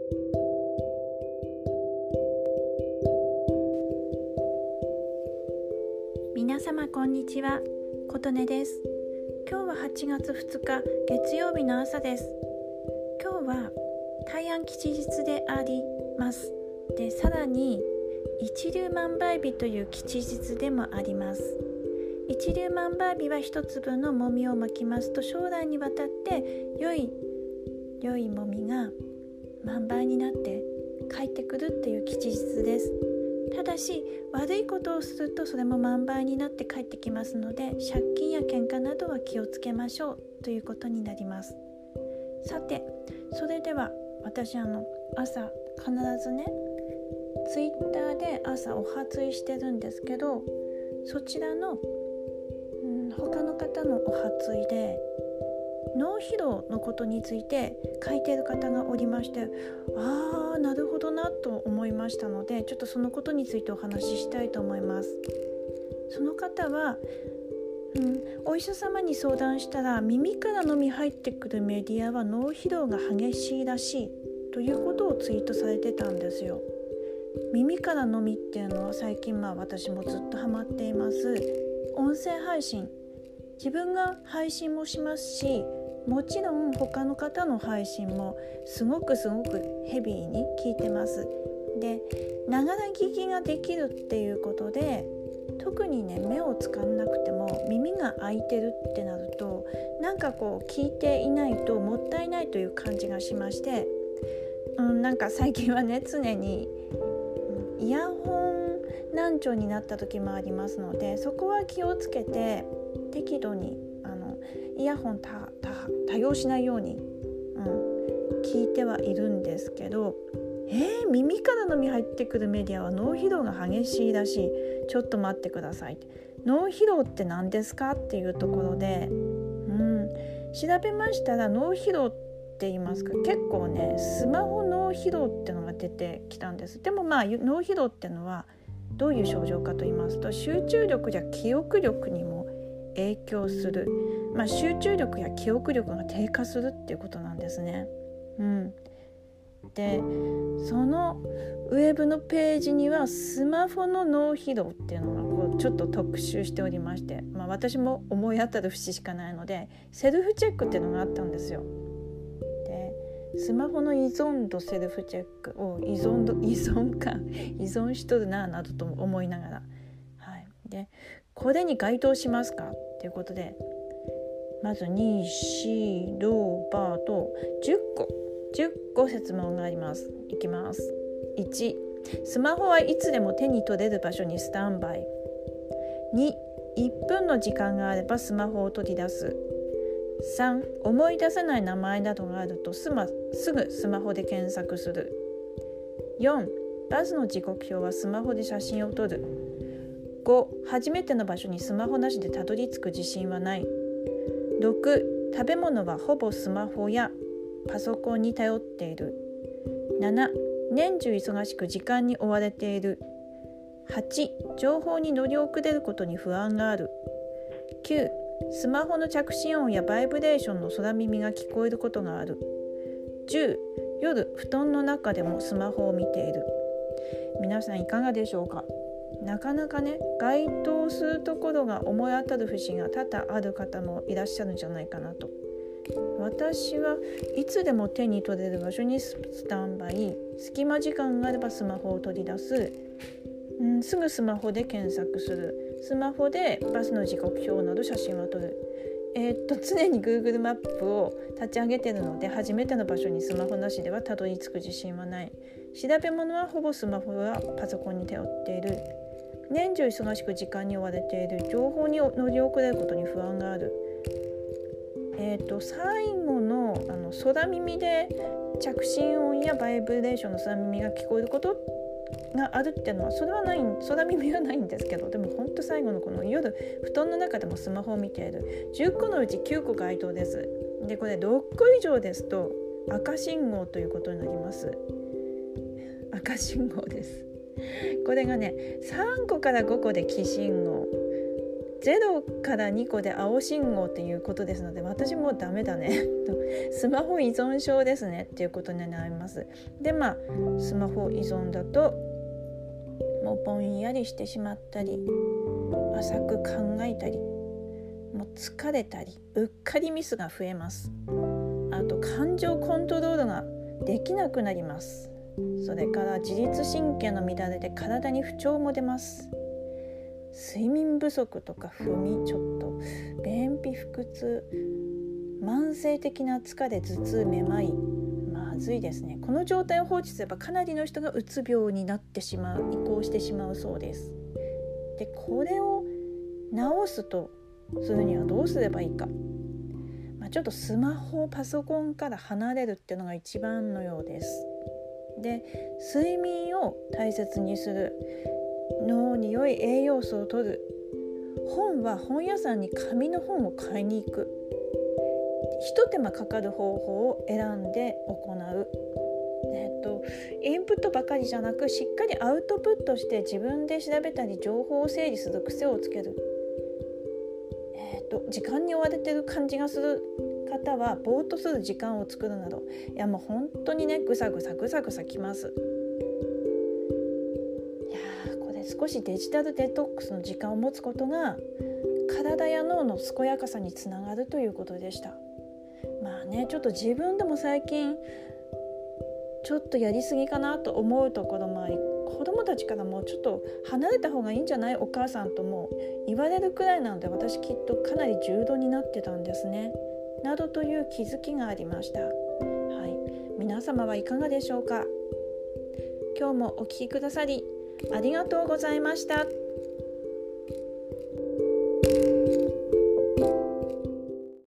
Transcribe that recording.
皆様こんにちは、琴音です。今日は8月2日月曜日の朝です。今日は大安吉日であります。で、さらに一粒万倍日という吉日でもあります。一粒万倍日は一粒のもみをまきますと、将来にわたって良いもみが万倍になって帰ってくるっていう吉日です。ただし悪いことをするとそれも万倍になって帰ってきますので、借金や喧嘩などは気をつけましょうということになります。さて、それでは私朝必ずね、ツイッターで朝お初いしてるんですけど、そちらの、他の方のお初いで脳疲労のことについて書いている方がおりまして、なるほどなと思いましたので、ちょっとそのことについてお話ししたいと思います。その方は、お医者様に相談したら、耳からのみ入ってくるメディアは脳疲労が激しいらしいということをツイートされてたんですよ。耳からのみっていうのは最近私もずっとハマっています音声配信。自分が配信もしますし、もちろん他の方の配信もすごくヘビーに聞いてます。で、ながら聞きができるっていうことで、特にね、目を使わなくても耳が開いてるってなると、なんか聞いていないともったいないという感じがしまして、なんか最近はね、常にイヤホン難聴になった時もありますので、そこは気をつけて適度にイヤホン多用しないように、聞いてはいるんですけど、耳からのみ入ってくるメディアは脳疲労が激しいらしい。ちょっと待ってください。脳疲労って何ですかっていうところで、調べましたら、脳疲労って言いますか、結構ね、スマホ脳疲労ってのが出てきたんです。でも脳疲労ってのはどういう症状かと言いますと、集中力や記憶力にも影響する、集中力や記憶力が低下するっていうことなんですね。で、そのウェブのページにはスマホの脳疲労っていうのがちょっと特集しておりまして、私も思い当たる節しかないので、セルフチェックっていうのがあったんですよ。で、スマホの依存度セルフチェックを依存しとるなどと思いながら、で、これに該当しますかっていうことで、まずにしろばと10個説問があります。いきます。1、スマホはいつでも手に取れる場所にスタンバイ。2、1分の時間があればスマホを取り出す。3、思い出せない名前などがあるとすぐスマホで検索する。4、バスの時刻表はスマホで写真を撮る。5、初めての場所にスマホなしでたどり着く自信はない。6、食べ物はほぼスマホやパソコンに頼っている。7、年中忙しく時間に追われている。8、情報に乗り遅れることに不安がある。9、スマホの着信音やバイブレーションの空耳が聞こえることがある。10、夜布団の中でもスマホを見ている。皆さんいかがでしょうか。なかなかね、該当するところが思い当たる節が多々ある方もいらっしゃるんじゃないかなと。私はいつでも手に取れる場所にスタンバイ、隙間時間があればスマホを取り出す、すぐスマホで検索する、スマホでバスの時刻表など写真を撮る。常に Google マップを立ち上げているので、初めての場所にスマホなしではたどり着く自信はない。調べ物はほぼスマホやパソコンに頼っている。年中忙しく時間に追われている。情報に乗り遅れることに不安がある。最後の空耳で着信音やバイブレーションの空耳が聞こえることがあるっていうのは、それはない、空耳はないんですけど、でも本当最後のこの夜布団の中でもスマホを見ている。10個のうち9個該当です。で、これ6個以上ですと赤信号ということになります。赤信号です。これがね、3個から5個で黄信号、 0から2個で青信号っていうことですので、私もうダメだねスマホ依存症ですねっていうことになります。でスマホ依存だともうぼんやりしてしまったり、浅く考えたり、もう疲れたり、うっかりミスが増えます。あと感情コントロールができなくなります。それから自律神経の乱れで体に不調も出ます。睡眠不足とか不眠、ちょっと便秘、腹痛、慢性的な疲れ、頭痛、めまい、まずいですね。この状態を放置すればかなりの人がうつ病になってしまう、移行してしまうそうです。でこれを治すとするにはどうすればいいか、ちょっとスマホ、パソコンから離れるっていうのが一番のようです。で睡眠を大切にする、脳に良い栄養素を摂る、本は本屋さんに紙の本を買いに行く、一手間かかる方法を選んで行う、インプットばかりじゃなくしっかりアウトプットして自分で調べたり情報を整理する癖をつける。時間に追われてる感じがする方はぼーっとする時間を作るなど、いやもう本当にね、ぐさぐさきます。いやこれ少しデジタルデトックスの時間を持つことが体や脳の健やかさにつながるということでした。ちょっと自分でも最近ちょっとやりすぎかなと思うところもあり、子供たちからもちょっと離れた方がいいんじゃない、お母さんとも言われるくらいなので、私きっとかなり重度になってたんですね、などという気づきがありました。皆様はいかがでしょうか。今日もお聞きくださりありがとうございました。